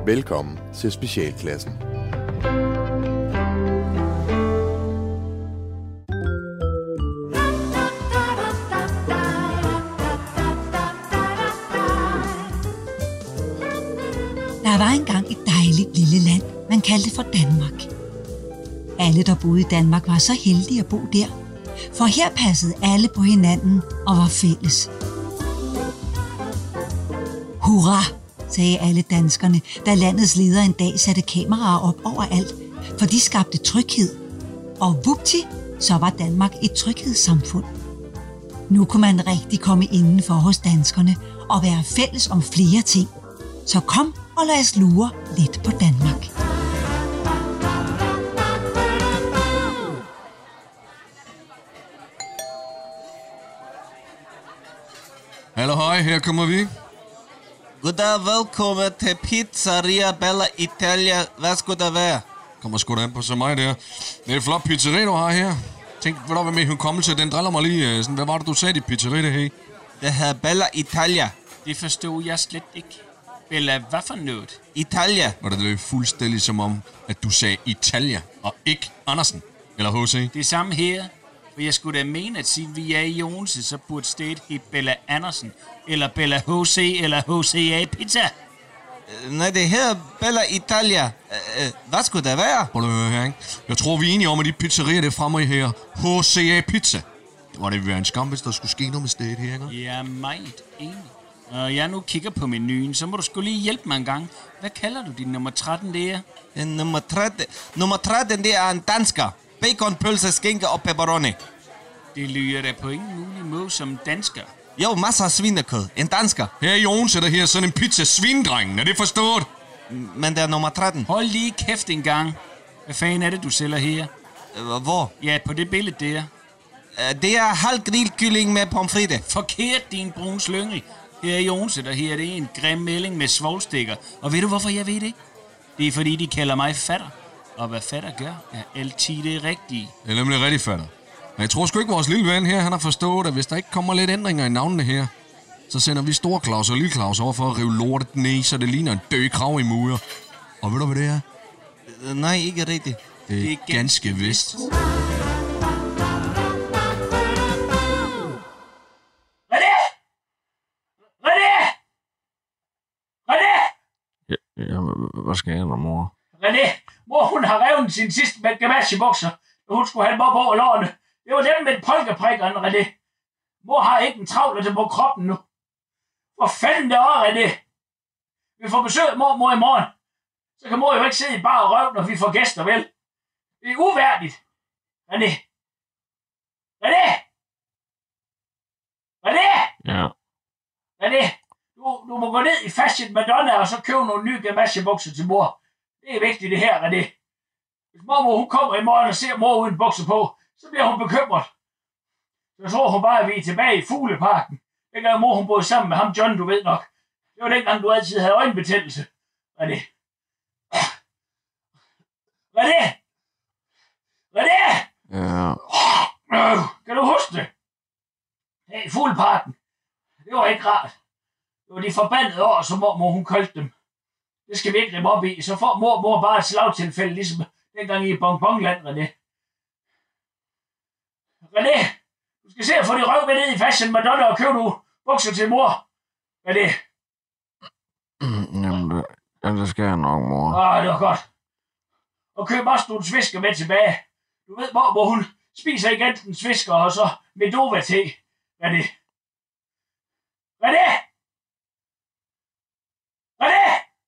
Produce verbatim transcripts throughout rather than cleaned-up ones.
Velkommen til Specialklassen. Der var engang et dejligt lille land, man kaldte for Danmark. Alle, der boede i Danmark, var så heldige at bo der, for her passede alle på hinanden og var fælles. Hurra, sagde alle danskerne, da landets leder en dag satte kameraer op overalt, for de skabte tryghed. Og vupti, så var Danmark et tryghedssamfund. Nu kunne man rigtig komme indenfor hos danskerne og være fælles om flere ting. Så kom og lad os lure lidt på Danmark. Hallo, hej, her kommer vi. Goddag, velkommen til Pizzeria Bella Italia. Hvad skulle der være? Kommer sgu da an på så mig der. Det er et flot pizzeria, du har her. Tænk, hvad der var med hukommelse, den driller mig lige. Sådan, hvad var det, du sagde, dit pizzeria, det her? Det hedder Bella Italia. Det forstod jeg slet ikke. Bella, hvad for noget? Italia. Var det det fuldstændig som om, at du sagde Italia, og ikke Andersen? Eller H C? Det samme her. For jeg skulle da mene, at siden vi er i Odense, så burde stedet hedde Bella Andersen, eller Bella H C, eller H C A Pizza. Uh, nej, det her Bella Italia. Uh, uh, hvad skulle der være? Prøv at høre her, ikke? Jeg tror, vi er enige om, at de pizzerier, det er fremme her. H C A Pizza. Det var det ville være en skam, hvis der skulle ske noget med stedet her, ikke? Jeg er meget enig. Når jeg nu kigger på menuen, så må du skulle lige hjælpe mig en gang. Hvad kalder du din nummer tretten der? Uh, nummer tretten? Nummer tretten, det er en dansker. Bacon, pølse, skinke og pepperoni. Det lyder da på ingen mulig måde som dansker. Jo, masser af svinekød. En dansker. Her i Odense er der her sådan en pizza svindrengen. Er det forstået? Men det er nummer tretten. Hold lige kæft en gang. Hvad fanden er det, du sælger her? Uh, hvor? Ja, på det billede der. Uh, det er halv grillkylling med pomfritte. Forkert, din brun slyngel. Her i Odense, der her er det en grim melding med svovlstikker. Og ved du, hvorfor jeg ved det? Det er, fordi de kalder mig fatter. Og hvad fatter gør, er altid det rigtige. Det er nemlig rigtig fatter. Men jeg tror sgu ikke, vores lille ven her, han har forstået, at hvis der ikke kommer lidt ændringer i navnene her, så sender vi Store Claus og Lille Claus over for at rive lortet ned, så det ligner en død krav i murer. Og ved du, hvad det er? Uh, nej, ikke rigtigt. Det er, det er ganske, ganske vist. René! René! René! Ja, ja, hvad skal jeg, mor? René, mor hun har revet sin sidste med gamache-bukser, og hun skulle have dem op over lårene. Det var dem med polkaprikkerne, René. Mor har ikke en travl på kroppen nu. Hvor fanden det er, René? Vi får besøg af mor, mor i morgen. Så kan mor jo ikke sidde i bare røv, når vi får gæster, vel? Det er uværdigt. René. René! René! Ja. René, du, du må gå ned i Fashion Madonna og så købe nogle nye gamache-bukser til mor. Det er vigtigt det her, René. Hvis mormor hun kommer i morgen og ser mor uden bukser på, så bliver hun bekymret. Så tror hun bare, at vi er tilbage i Fugleparken. Dengang mor hun boede sammen med ham John, du ved nok. Det var dengang, du altid havde øjenbetændelse. René. René! René! Ja. Øh, kan du huske det? Hey, Fugleparken. Det var ikke rart. Det var de forbandede år, som mormor hun kaldte dem. Det skal vi ikke dem op i. Så får mor, mor bare et slagtilfælde, ligesom dengang i Bonbonland, René. René, du skal se at få de røv med ned i Fashion Madonna og købe nogle bukser til mor. René. Jamen, det, jamen, det skal jeg nok, mor. Ah, det var godt. Og køb også nogle svisker med tilbage. Du ved, hvor, hvor hun spiser igen den svisker og så Medova-te. René. René! René!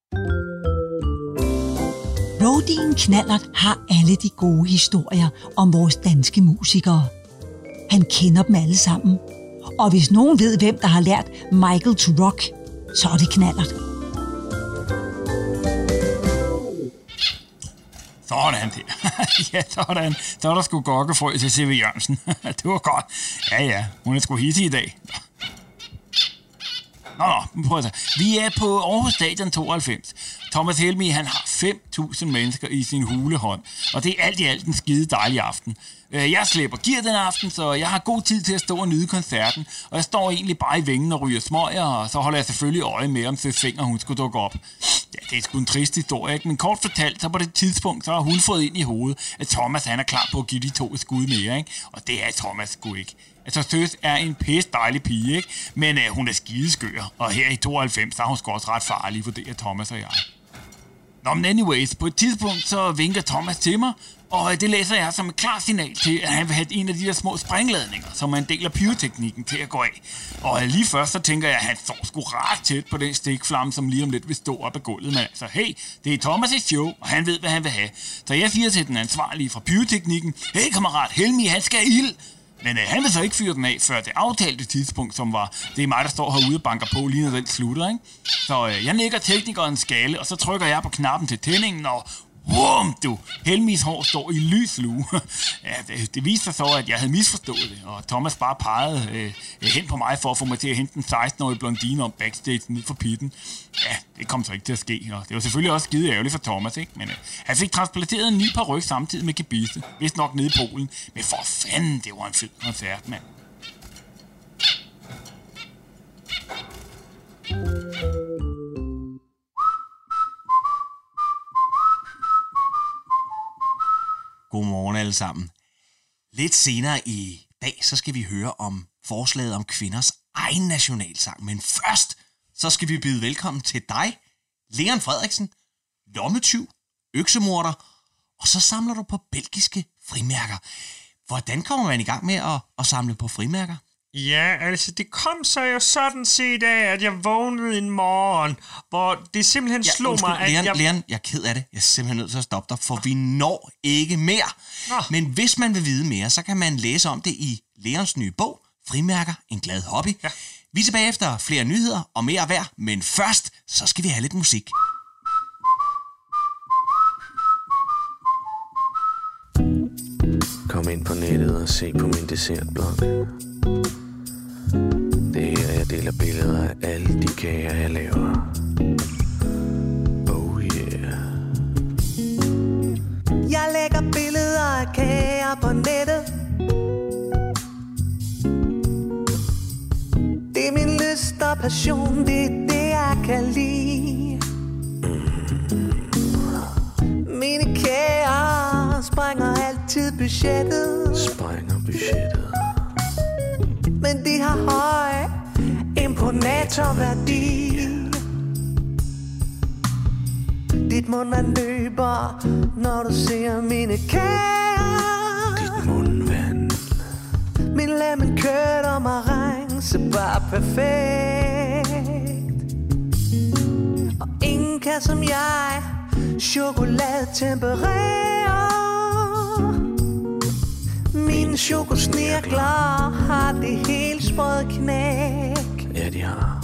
Rodin Knallert har alle de gode historier om vores danske musikere. Han kender dem alle sammen. Og hvis nogen ved, hvem der har lært Michael to rock, så er det Knallert. Sådan der. Ja, sådan. Så er der sgu gokkefrø til C V Jørgensen. Det var godt. Ja, ja. Hun er sgu hissig i dag. Nå, nå, prøv at tage. Vi er på Aarhus Stadion tooghalvfems. Thomas Helmig, han har fem tusind mennesker i sin hulehånd. Og det er alt i alt en skide dejlig aften. Jeg slipper gear den aften, så jeg har god tid til at stå og nyde koncerten. Og jeg står egentlig bare i vingen og ryger smøger, og så holder jeg selvfølgelig øje med, om Søs Finger hun skulle dukke op. Ja, det er sgu en trist historie, ikke? Men kort fortalt, så på det tidspunkt, så har hun fået ind i hovedet, at Thomas han er klar på at give de to et skud mere, ikke? Og det er Thomas sgu ikke. Altså, Søs er en pæst dejlig pige, ikke? Men øh, hun er skideskør, og her i tooghalvfems, så er hun sgu også ret farlig, vurderer Thomas og jeg. Nå, men anyways, på et tidspunkt, så vinker Thomas til mig, og det læser jeg som et klart signal til, at han vil have en af de der små sprængladninger, som er en del af pyroteknikken til at gå af. Og lige først, så tænker jeg, at han står sgu ret tæt på den stikflamme, som lige om lidt vil stå op ad gulvet. Men altså, hey, det er Thomas' show, og han ved, hvad han vil have. Så jeg siger til den ansvarlige fra pyroteknikken, hey kammerat, Helmi, han skal have ild. Men øh, han vil så ikke fyre den af, før det aftalte tidspunkt, som var, det er mig, der står herude og banker på, lige når den slutter, ikke? Så øh, jeg nikker teknikeren skale, og så trykker jeg på knappen til tændingen, og wum, du, Helmis hår står i lys lue. Ja, det, det viste sig så, at jeg havde misforstået det, og Thomas bare pegede øh, hen på mig for at få mig til at hente en seksten-årig blondine om backstage ned for pitten. Ja, det kom så ikke til at ske, og det var selvfølgelig også skide ærgerligt for Thomas, ikke? Men øh, han fik transplanteret en ny paryk samtidig med gebisse, vist nok nede i Polen. Men for fanden, det var en fed koncert, mand. Godmorgen alle sammen. Lidt senere i dag, så skal vi høre om forslaget om kvinders egen nationalsang. Men først, så skal vi byde velkommen til dig, Leon Frederiksen, lommetyv, øksemorder, og så samler du på belgiske frimærker. Hvordan kommer man i gang med at, at samle på frimærker? Ja, altså det kom så jo sådan set af, at jeg vågnede en morgen, hvor det simpelthen ja, slog undskyld, mig, at Leon, jeg... Leon, jeg er ked af det. Jeg er simpelthen nødt til at stoppe dig, for vi når ikke mere. Nå. Men hvis man vil vide mere, så kan man læse om det i Leons nye bog, Frimærker, en glad hobby. Ja. Vi er tilbage efter flere nyheder og mere værd, men først, så skal vi have lidt musik. Kom ind på nettet og se på min dessertblog. Det er her, jeg deler billeder af alle de kager, jeg laver. Oh yeah. Jeg lægger billeder af kager på nettet. Det er min lyst og passion, det er det, jeg kan lide. Mine kager sprænger altid budgettet. Sprænger budgettet. Men de har høj imponatorværdi. Dit mundvand løber, når du ser mine kager. Dit mundvand. Min lemon curd og meringue bare perfekt. Og ingen kan som jeg chokolade temperere. Mine chokosnirkler har det helt sprøde knæk. Ja, de har.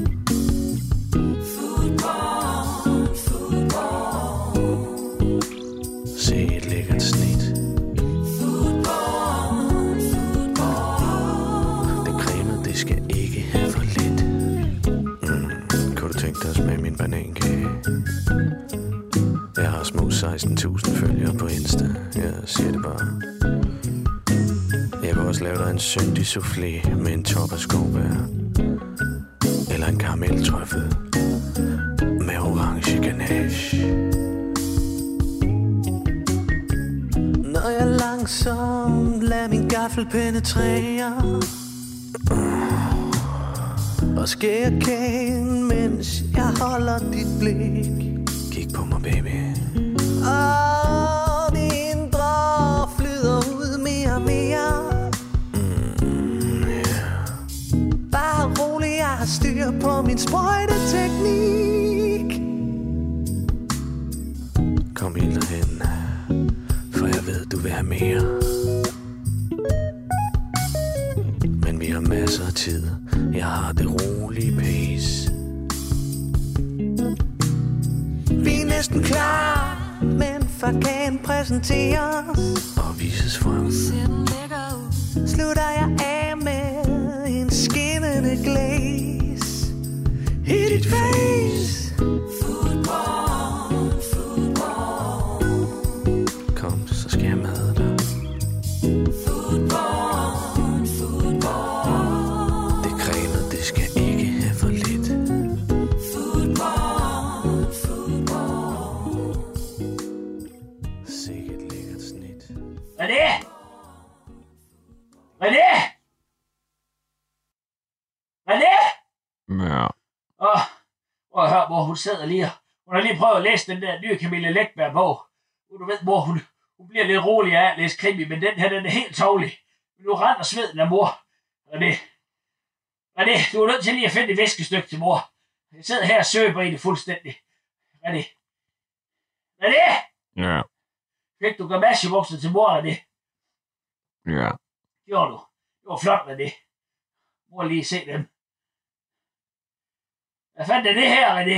Foodborn, foodborn. Se et lækkert snit. Foodborn, foodborn. Det cremede, det skal ikke have for lidt. Mm. Kunne du tænke dig at smage min banankage? Jeg har små seksten tusind følgere på Insta. Jeg siger det bare. Jeg vil også lave dig en syndig soufflé med en top af skovbær. Eller en karameltrøffel med orange ganache. Når jeg langsomt lader min gaffel penetrere og skærer kagen, mens jeg holder dit blik. Kig på mig, baby. Og det indre flyder ud mere og mere. Mm, yeah. Bare rolig, jeg har styr på min sprøjteteknik. Kom helt derhen, for jeg ved, du vil have mere. Men vi har masser af tid. Jeg har det rolige pace. Vi er næsten klar, men fagan præsenteres og vises frem. Slutter jeg af med en skinnende glaze i dit face. Foodborn, foodborn. Kom, så skal jeg made dig. Foodborn, foodborn. Det cremede, det skal ikke have for lidt. Foodborn, foodborn. Ja. Og, og hør, hvor hun sidder lige. Hun har lige prøvet at læse den der nye Camilla Läckberg-bog. Du ved, hvor hun, hun bliver lidt rolig af at læse krimi, men den her, den er helt tovlig. Men nu render sveden af mor. Og det, og det, du er nødt til lige at finde et viskestykke til mor. Jeg sidder her og søber i det fuldstændig. Hvad er det? Hvad er det? Ja. Fik du gamasjebukser til mor, eller det? Ja. Gjorde du. Det var flot med det. Mor lige se dem. Hvad fanden er det her, René?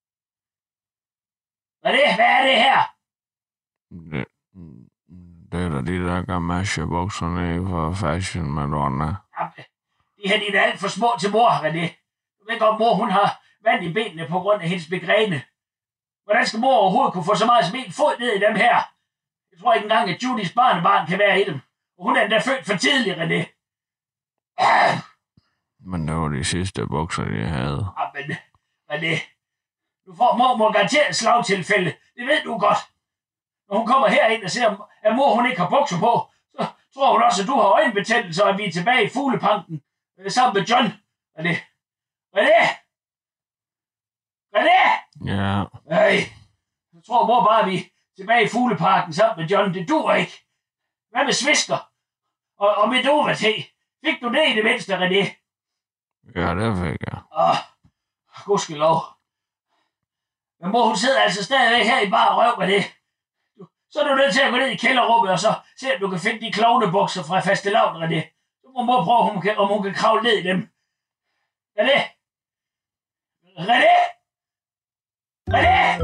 Hvad er det? Hvad er det her? Det, det er da de der gamasjebukserne fra Fashion Madonna. Jamen, de her, de er alt for små til mor, René. Du ved godt, mor, hun har vand i benene på grund af hendes begræne. Hvordan skal mor overhovedet kunne få så meget som en fod ned i dem her? Jeg tror ikke engang, at Judys barnebarn kan være i dem. Og hun er endda født for tidligt, René. Ah. Men det var de sidste bukser, de havde. Jamen, René. Du får mormor garanteret et slagtilfælde. Det ved du godt. Når hun kommer herind og ser, at mor hun ikke har bukser på, så tror hun også, at du har øjenbetændelse, og at vi er tilbage i fuglepanken sammen med John. René. René! René! Ja. Ej, jeg tror mor bare, at vi er tilbage i fugleparken sammen med John. Det duer ikke. Hvad med svisker? Og, og med dovate? Fik du det i det mindste, René? Ja, det fik jeg. Åh, gudskelov. Men mor, hun sidder altså stadigvæk her i bare røv med det. Så er du nødt til at gå ned i kælderrummet, og så se, om du kan finde de klovnebukser fra fastelavn, René. Så må mor prøve, om hun kan, om hun kan kravle ned i dem. René? René? René?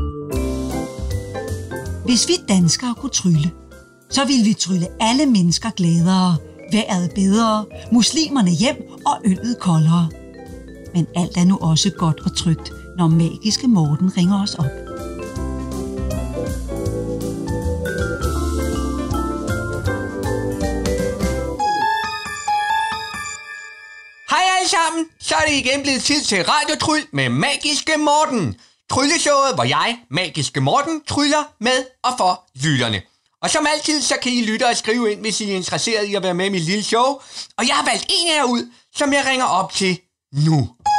Hvis vi danskere kunne trylle, så ville vi trylle alle mennesker gladere, vejret bedre, muslimerne hjem og øllet koldere. Men alt er nu også godt og trygt, når magiske Morten ringer os op. Hej alle sammen, så er det igen blevet tid til Radiotryl med Magiske Morten. Trylleshowet, hvor jeg, Magiske Morten, tryller med og for lytterne. Og som altid, så kan I lytte og skrive ind, hvis I er interesseret i at være med i mit lille show. Og jeg har valgt en af jer ud, som jeg ringer op til nu.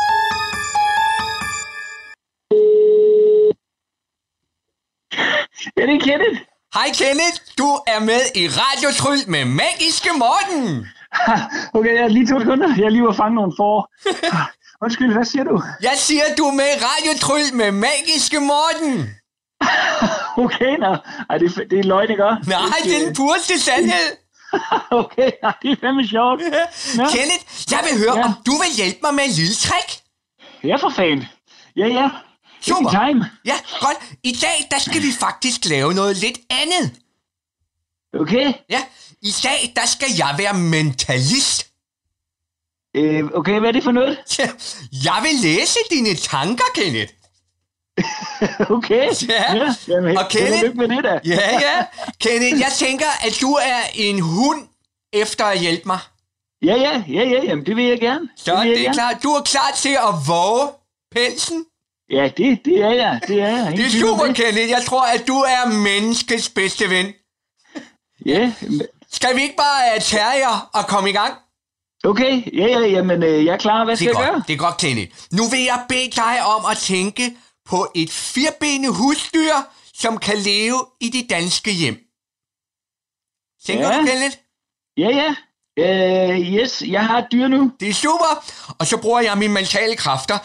Ja, det er Kenneth. Hej Kenneth, du er med i Radiotryl med Magiske Morten. Okay, jeg lige to sekunder. Jeg lige var fange nogle for. Undskyld, hvad siger du? Jeg siger, du er med i Radiotryl med Magiske Morten. Okay, nå. Ej, det, er, det er løgn, ikke? Nej, det er den pureste sandhed. Okay, det er fandme sjovt. Ja. Kenneth, jeg vil høre, ja. om du vil hjælpe mig med en lille trick. Ja, for fanden. Ja, ja. Super. Time. Ja, godt. I dag, der skal vi faktisk lave noget lidt andet. Okay. Ja, i dag, der skal jeg være mentalist. Øh, okay, hvad er det for noget? Jeg vil læse dine tanker, Kenneth. Okay. Ja, ja jamen, og Kenneth, med det der. ja, ja. Kenneth, jeg tænker, at du er en hund efter at hjælpe mig. Ja, ja, ja, ja, jamen det vil jeg gerne. Så det, det er klart. Du er klar til at våge pelsen? Ja, det, det er jeg. Det er jeg. Det er super, Kenneth. Jeg tror, at du er menneskets bedste ven. Ja. Skal vi ikke bare uh, tage jer og komme i gang? Okay, ja, ja, jamen øh, jeg er klar. Hvad skal jeg gøre? Det er godt, Kenneth. Nu vil jeg bede dig om at tænke på et firbenet husdyr, som kan leve i de danske hjem. Tænker ja. du, Kenneth? Ja, ja. Uh, yes, jeg har et dyr nu. Det er super. Og så bruger jeg mine mentale kræfter.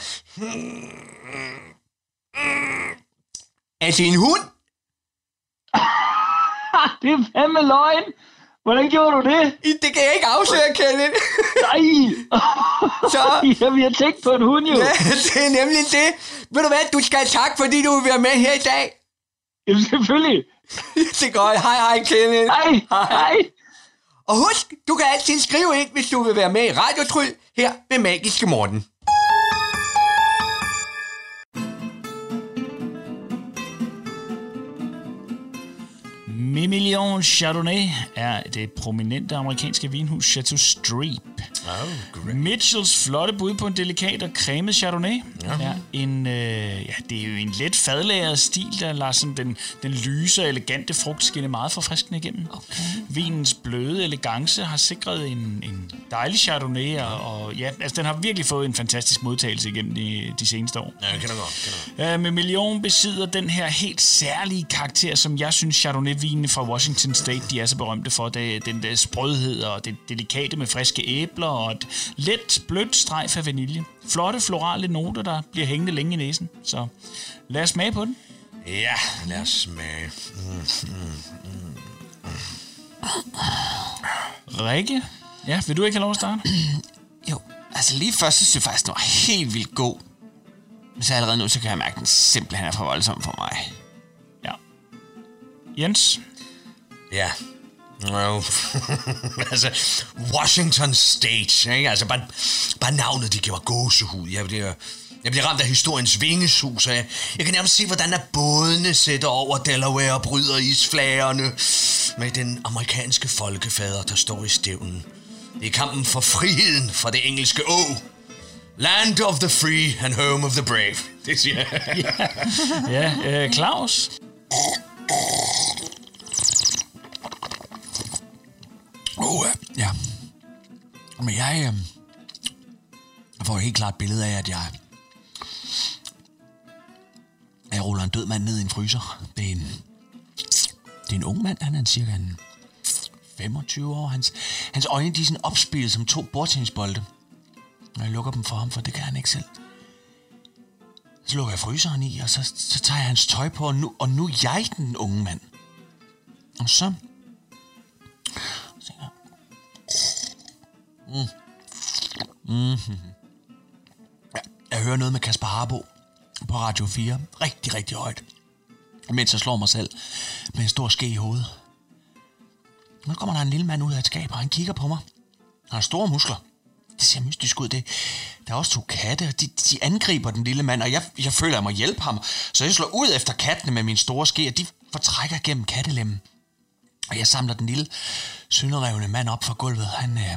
Er det en hund? Det er fandme løgn. Hvordan gjorde du det? Det kan jeg ikke afsløre, Kenneth. Nej. Så... Jeg vil have tænkt på en hund, jo. Ja, det er nemlig det. Ved du hvad, du skal have tak, fordi du vil være med her i dag. Jamen selvfølgelig. Det er godt. Hej, hej, Kenneth. Hej, hej. Og husk, du kan altid skrive ind, hvis du vil være med i Radiotryl her med Magiske Morten. Mémillon Chardonnay er det prominente amerikanske vinhus Chateau Streep. Oh, Mitchells flotte bud på en delikat og cremet Chardonnay. Ja. Ja, en, øh, ja, det er jo en let fadlagret stil, der lader sådan den, den lyse og elegante frugt skinne meget forfriskende igennem. Okay. Vinens bløde elegance har sikret en, en dejlig Chardonnay, ja. og, og ja, altså, den har virkelig fået en fantastisk modtagelse igennem de, de seneste år. Ja, det kan jeg godt. Kan jeg. Uh, med Million besidder den her helt særlige karakter, som jeg synes Chardonnay-vinene fra Washington State, de er så berømte for. Det, den der sprødhed og det delikate med friske æbler og et let, blødt strejf af vanilje. Flotte florale noter, der bliver hængende længe i næsen. Så lad os smage på den. Ja, lad os smage. Mm, mm, mm, mm. Rikke? Ja, vil du ikke have lov at starte? Jo, altså lige først, så synes jeg faktisk, den var helt vildt god. Men så allerede nu, så kan jeg mærke, at den simpelthen er for voldsom for mig. Ja. Jens? Ja. No. altså, Washington State, ikke? Altså, bare, bare navnet, det giver mig gåsehud. Jeg bliver, jeg bliver ramt af historiens vingesus, og jeg, jeg kan nærmest se, hvordan er bådene sætter over Delaware og bryder isflagerne med den amerikanske folkefader, der står i stævnen. Det er kampen for friheden fra det engelske å. Land of the free and home of the brave. Det siger jeg. ja, ja øh, Claus? Oh, ja. Men jeg, øh, jeg får et helt klart billede af, at jeg, jeg ruller en død mand ned i en fryser. Det er en, det er en ung mand, han er cirka en femogtyve år. Hans, hans øjne, de er sådan opspillet som to bordtennisbolde. Og jeg lukker dem for ham, for det kan han ikke selv. Så lukker jeg fryseren i, og så, så tager jeg hans tøj på, og nu, og nu er jeg den unge mand. Og så... Mm. Mm-hmm. Ja, jeg hører noget med Kasper Harbo på Radio fire. Rigtig, rigtig højt. Mens jeg slår mig selv med en stor ske i hovedet. Nu kommer der en lille mand ud af et skab, og han kigger på mig. Han har store muskler. Det ser mystisk ud. Det. Der er også to katte, og de, de angriber den lille mand, og jeg, jeg føler, at jeg må hjælpe ham. Så jeg slår ud efter kattene med min store ske, og de fortrækker gennem kattelemmen. Og jeg samler den lille, sønderrevne mand op fra gulvet. Han, øh,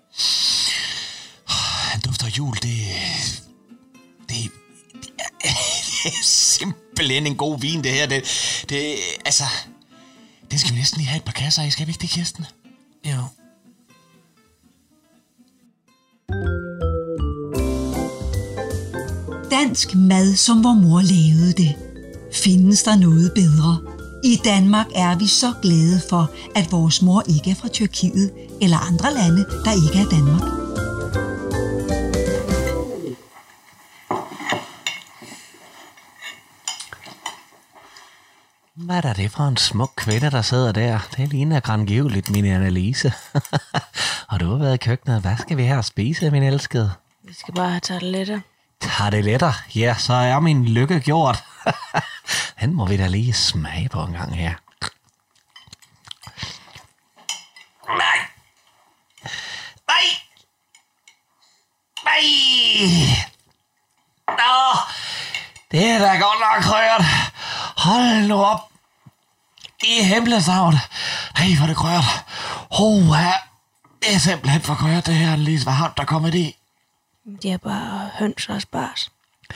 han dufter jul. Det, det, det, er, det er simpelthen en god vin, det her. Det, det, altså, det skal vi næsten lige have et par kasser af. Skal vi ikke det, Kirsten? Jo. Dansk mad, som vor mor lavede det. Findes der noget bedre? I Danmark er vi så glade for, at vores mor ikke er fra Tyrkiet eller andre lande, der ikke er Danmark. Hvad er det for en smuk kvinde, der sidder der? Det ligner grangivligt, min Annelise. Og du har været i køkkenet. Hvad skal vi her spise, min elskede? Vi skal bare have tarteletter. Tarteletter? Ja, så er min lykke gjort. Den må vi da lige smage på en gang her. Nej. Nej. Nej. Nå, det er da godt nok krøret. Hold nu op. I himmelensavn. Ej, hvor er det krøret. Ho, det er simpelthen for krøret, det her, lige hvad havn, der er kommet i. De er bare høns og spars.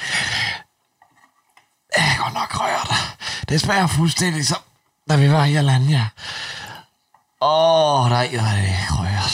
Det er godt nok krøret. Det smager fuldstændig som, da vi var i Alanya. Åh, nej, hvor er det krøret.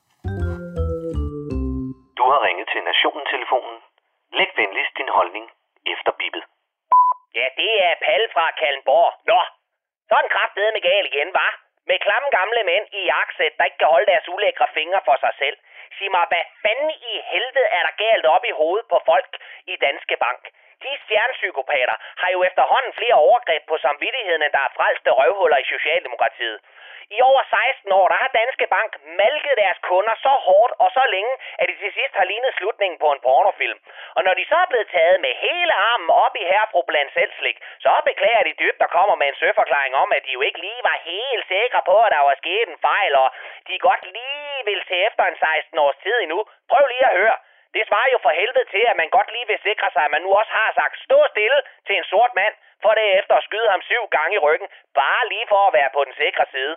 Du har ringet til Nationen-telefonen. Læg venligst din holdning efter bippet. Ja, det er Palle fra Kallenborg. Nå, så er den kraftedeme med gal igen, hva'? Med klamme gamle mænd i jakkesæt, der ikke kan holde deres ulækre fingre for sig selv. Sig mig, hvad fanden i helvede er der galt op i hovedet på folk i Danske Bank? De stjernepsykopater har jo efterhånden flere overgreb på samvittigheden, end der er frelste røvhuller i Socialdemokratiet. I over seksten år, der har Danske Bank malket deres kunder så hårdt og så længe, at de til sidst har lignet slutningen på en pornofilm. Og når de så er blevet taget med hele armen op i herfru Blandt Selvslik, så beklager de dybt og kommer med en søforklaring om, at de jo ikke lige var helt sikre på, at der var sket en fejl, og de godt lige vil til efter en seksten års tid endnu. Prøv lige at høre. Det svarer jo for helvede til, at man godt lige vil sikre sig, at man nu også har sagt stå stille til en sort mand, for derefter at skyde ham syv gange i ryggen, bare lige for at være på den sikre side.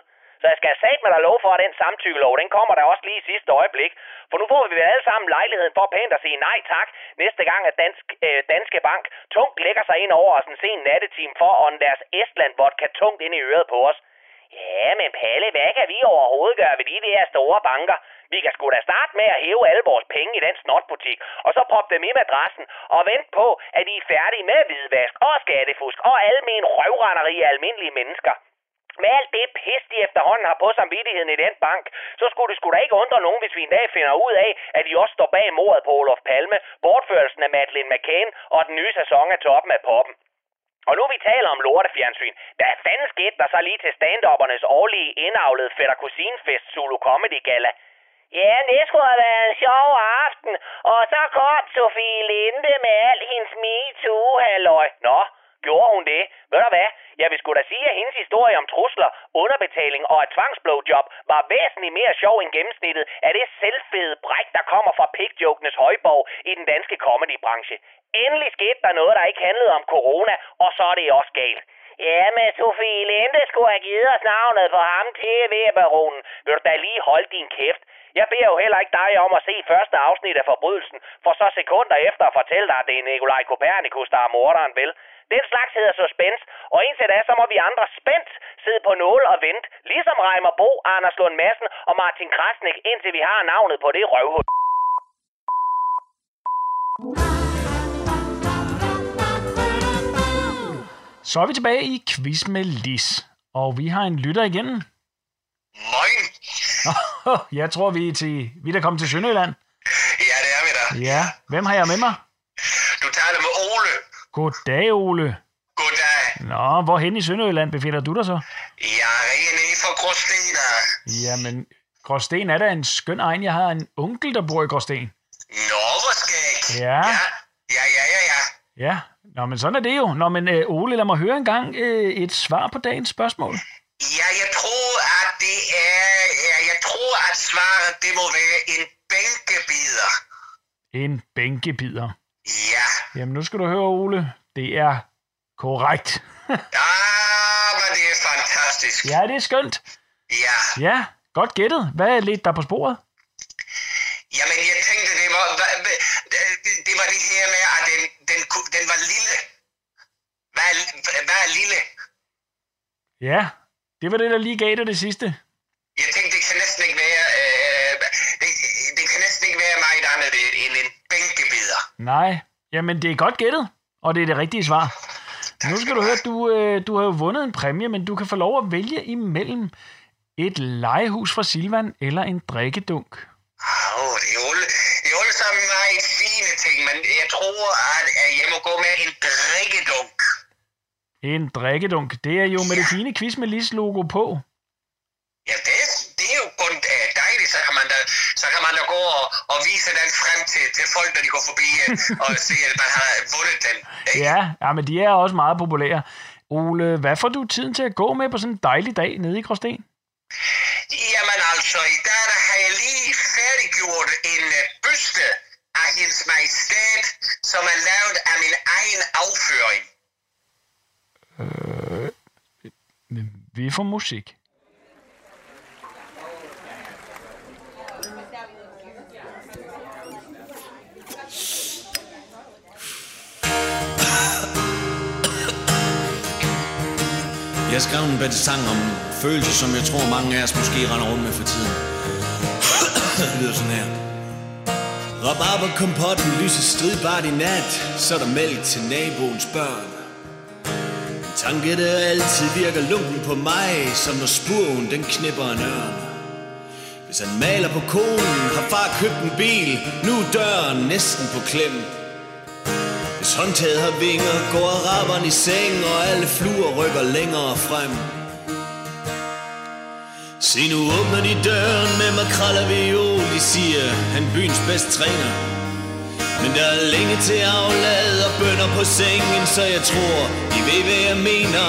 Så jeg skal satme dig lov for, at den samtykkelov, den kommer der også lige i sidste øjeblik. For nu får vi vel alle sammen lejligheden for pænt at sige nej tak, næste gang at Dansk, øh, Danske Bank tungt lægger sig ind over os en sen nattetime for at ånde deres Estland-vodka tungt ind i øret på os. Ja, men Palle, hvad kan vi overhovedet gøre ved de der store banker? Vi kan sgu da starte med at hæve alle vores penge i den snotbutik, og så proppe dem i madrassen og vente på, at de er færdige med hvidvask og skattefusk og almen røvrenderi af almindelige mennesker. Med alt det pis, de efterhånden har på samvittigheden i den bank, så skulle det sgu da ikke undre nogen, hvis vi en dag finder ud af, at de også står bag mordet på Olof Palme, bortførelsen af Madeleine McCann og den nye sæson af Toppen af Poppen. Og nu vi taler om lortefjernsyn, hvad fanden skete der så lige til stand-uppernes årlige indavlede fætter-kusinefest Zulu Comedy Gala? Ja, det skulle have været en sjov aften, og så kom Sofie Linde med al hendes MeToo-halløj. Nå, gjorde hun det? Ved du hvad? Jeg vil sgu da sige, at hendes historie om trusler, underbetaling og et tvangsblowjob var væsentligt mere sjov end gennemsnittet af det selvfede bræk, der kommer fra pigjokenes højborg i den danske comedybranche. Endelig skete der noget, der ikke handlede om corona, og så er det også galt. Ja, men Sofie Linde skulle have givet os navnet på ham, T V-baronen. Vil du da lige holde din kæft? Jeg beder jo heller ikke dig om at se første afsnit af Forbrydelsen, for så sekunder efter at fortælle dig, at det er Nikolaj Kopernikus, der er morderen, vel? Den slags hedder suspense, og indtil da, så må vi andre spændt sidde på nåle og vente, ligesom Reimer Bo, Anders Lund Madsen og Martin Krasnik, indtil vi har navnet på det røvhul. Så er vi tilbage i Quiz med Lis, og vi har en lytter igen. Moin. Jeg tror, vi er, til, vi er der kommet til Sønderjylland. Ja, det er vi da. Ja, hvem har jeg med mig? Du taler med Ole. Goddag, Ole. Goddag. Nå, hvorhen i Sønderjylland befinder du dig så? Jeg er ikke nede for Gråsten. Jamen, Gråsten er da en skøn egen. Jeg har en onkel, der bor i Gråsten. Nå, hvor skægt. Ja. Ja, ja, ja, ja. Ja, nå, men sådan er det jo. Nå, men øh, Ole, lad mig høre en gang øh, et svar på dagens spørgsmål. Ja, jeg tror, at det er... Ja, jeg tror, at svaret, det må være en bænkebider. En bænkebider. Ja. Jamen, nu skal du høre, Ole. Det er korrekt. Ah, men det er fantastisk. Ja, det er skønt. Ja. Ja, godt gættet. Hvad er lidt der på sporet? Jamen, jeg tænkte, det var, det var det her med, at den, den, den var lille. Hvad er, hvad er lille? Ja, det var det, der lige gav dig det sidste. Jeg tænkte, det kan næsten ikke være, øh, det, det kan næsten ikke være meget andet end en bænkebider. Nej, jamen det er godt gættet, og det er det rigtige svar. Tak nu skal du høre, du, øh, du har jo vundet en præmie, men du kan få lov at vælge imellem et legehus fra Silvan eller en drikkedunk. Åh, oh, det er jo det er alle sammen meget fine ting, men jeg tror, at jeg må gå med en drikkedunk. En drikkedunk, det er jo med ja. det fine Quiz med Lis logo på. Ja, det, det er jo kun uh, dejligt, så kan man da, så kan man da gå og, og vise den frem til, til folk, når de går forbi uh, og se, at man har vundet den. Ikke? Ja, ja, men de er også meget populære. Ole, hvad får du tiden til at gå med på sådan en dejlig dag nede i Gråsten? Jamen altså, i dag der har jeg lige færdiggjort en uh, byste af hendes majestæt, som er lavet af min egen afføring. Øh, vi får musik. Jeg skrev en bedre sang om følelser, som jeg tror mange af os måske render rundt med for tiden. Det lyder sådan her. Rabarber kompotten lyser stridbart i nat, så er der mælk til naboens børn. En tanke, der altid virker lunken på mig, som når spurven den knipper en ørn. Hvis han maler på konen, har far købt en bil, nu er døren næsten på klem. Hvis håndtaget har vinger, går araberen i seng, og alle fluer rykker længere frem. Se, nu åbner de døren med makrel og viol, de siger, han byens bedste træner. Men der er længe til aflad og bønner på sengen, så jeg tror, de ved, hvad jeg mener.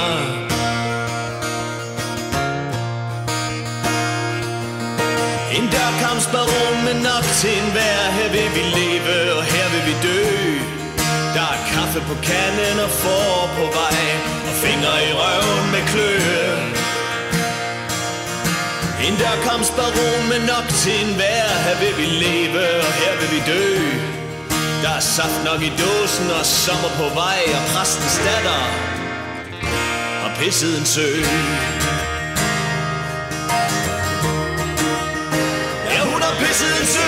En dørkampsbaron med nok til enhver, her vil vi leve, og her vil vi dø. Der er kaffe på kanden og får på vej, og fingre i røven med kløe. En dørkampsbaron med nok til en hver. Her vil vi leve, og her vil vi dø. Der er saft nok i dåsen, og sommer på vej. Og præstens datter har pisset en sø. Ja, hun har pisset en sø.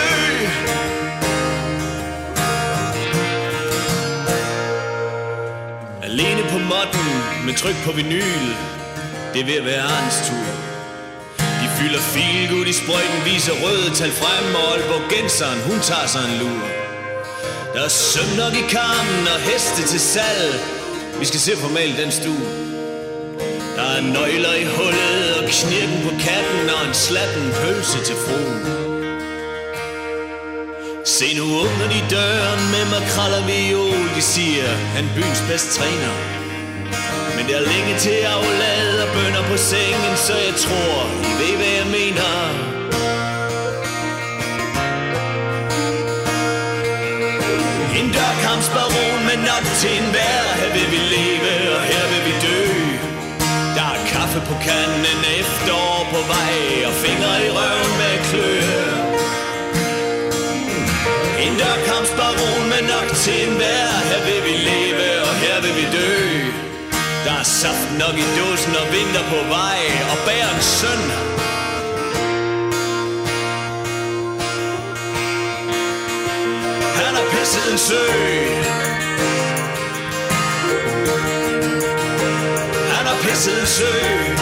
Alene på modden, med tryk på vinyl. Det er ved at være Arns tur. De fylder feelgood i sprøjten, viser røde tal frem. Og Aalborgenseren, hun tager sig en lur. Der er søm nok i karmen og heste til salg. Vi skal se formelt den stue. Der er nøgler i hullet og knirken på katten. Og en slatten pølse til fruen. Se nu åbner de døren med makrel og viol. De siger, han byens bedste træner. Men der er længe til aflad og bønner på sengen. Så jeg tror, I ved hvad jeg mener. En dørkampsbaron med nok til en hver. Her vil vi leve, og her vil vi dø. Der er kaffe på kanden, efterår på vej. Og fingre i røven med kløe. En dørkampsbaron med nok til en hver. Her vil vi leve, og her vil vi dø. Der er saft nok i dåsen og vinter på vej. Og bærens søn. Han har pisset en sø. Han har pisset en sø.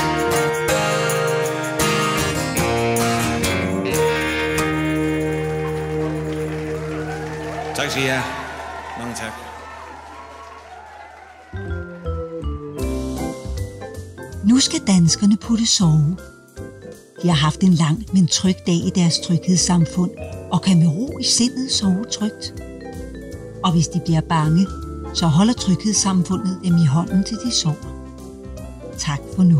Tak skal I have. Mange tak. Nu skal danskerne putte sove. De har haft en lang, men tryg dag i deres tryghedssamfund, og kan med ro i sindet sove trygt. Og hvis de bliver bange, så holder tryghedssamfundet dem i hånden, til de sover. Tak for nu.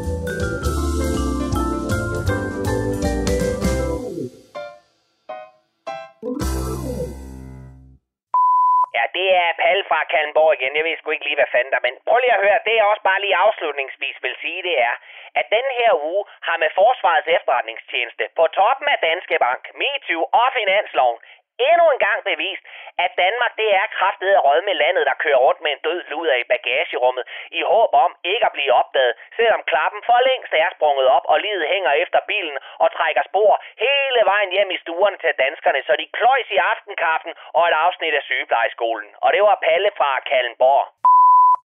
Ja, det er Palle fra Kalundborg igen. Jeg ved sgu ikke lige, hvad fanden der, men prøv lige at høre, det jeg også bare lige afslutningsvis vil sige, det er, at den her uge har med Forsvarets Efterretningstjeneste på toppen af Danske Bank, MeToo og Finansloven endnu en gang bevist, at Danmark det er kraftedet rød med landet, der kører rundt med en død luder i bagagerummet, i håb om ikke at blive opdaget, selvom klappen for længst er sprunget op, og livet hænger efter bilen og trækker spor hele vejen hjem i stuerne til danskerne, så de kløjs i aftenkaffen og et afsnit af sygeplejeskolen. Og det var Palle fra Kalundborg.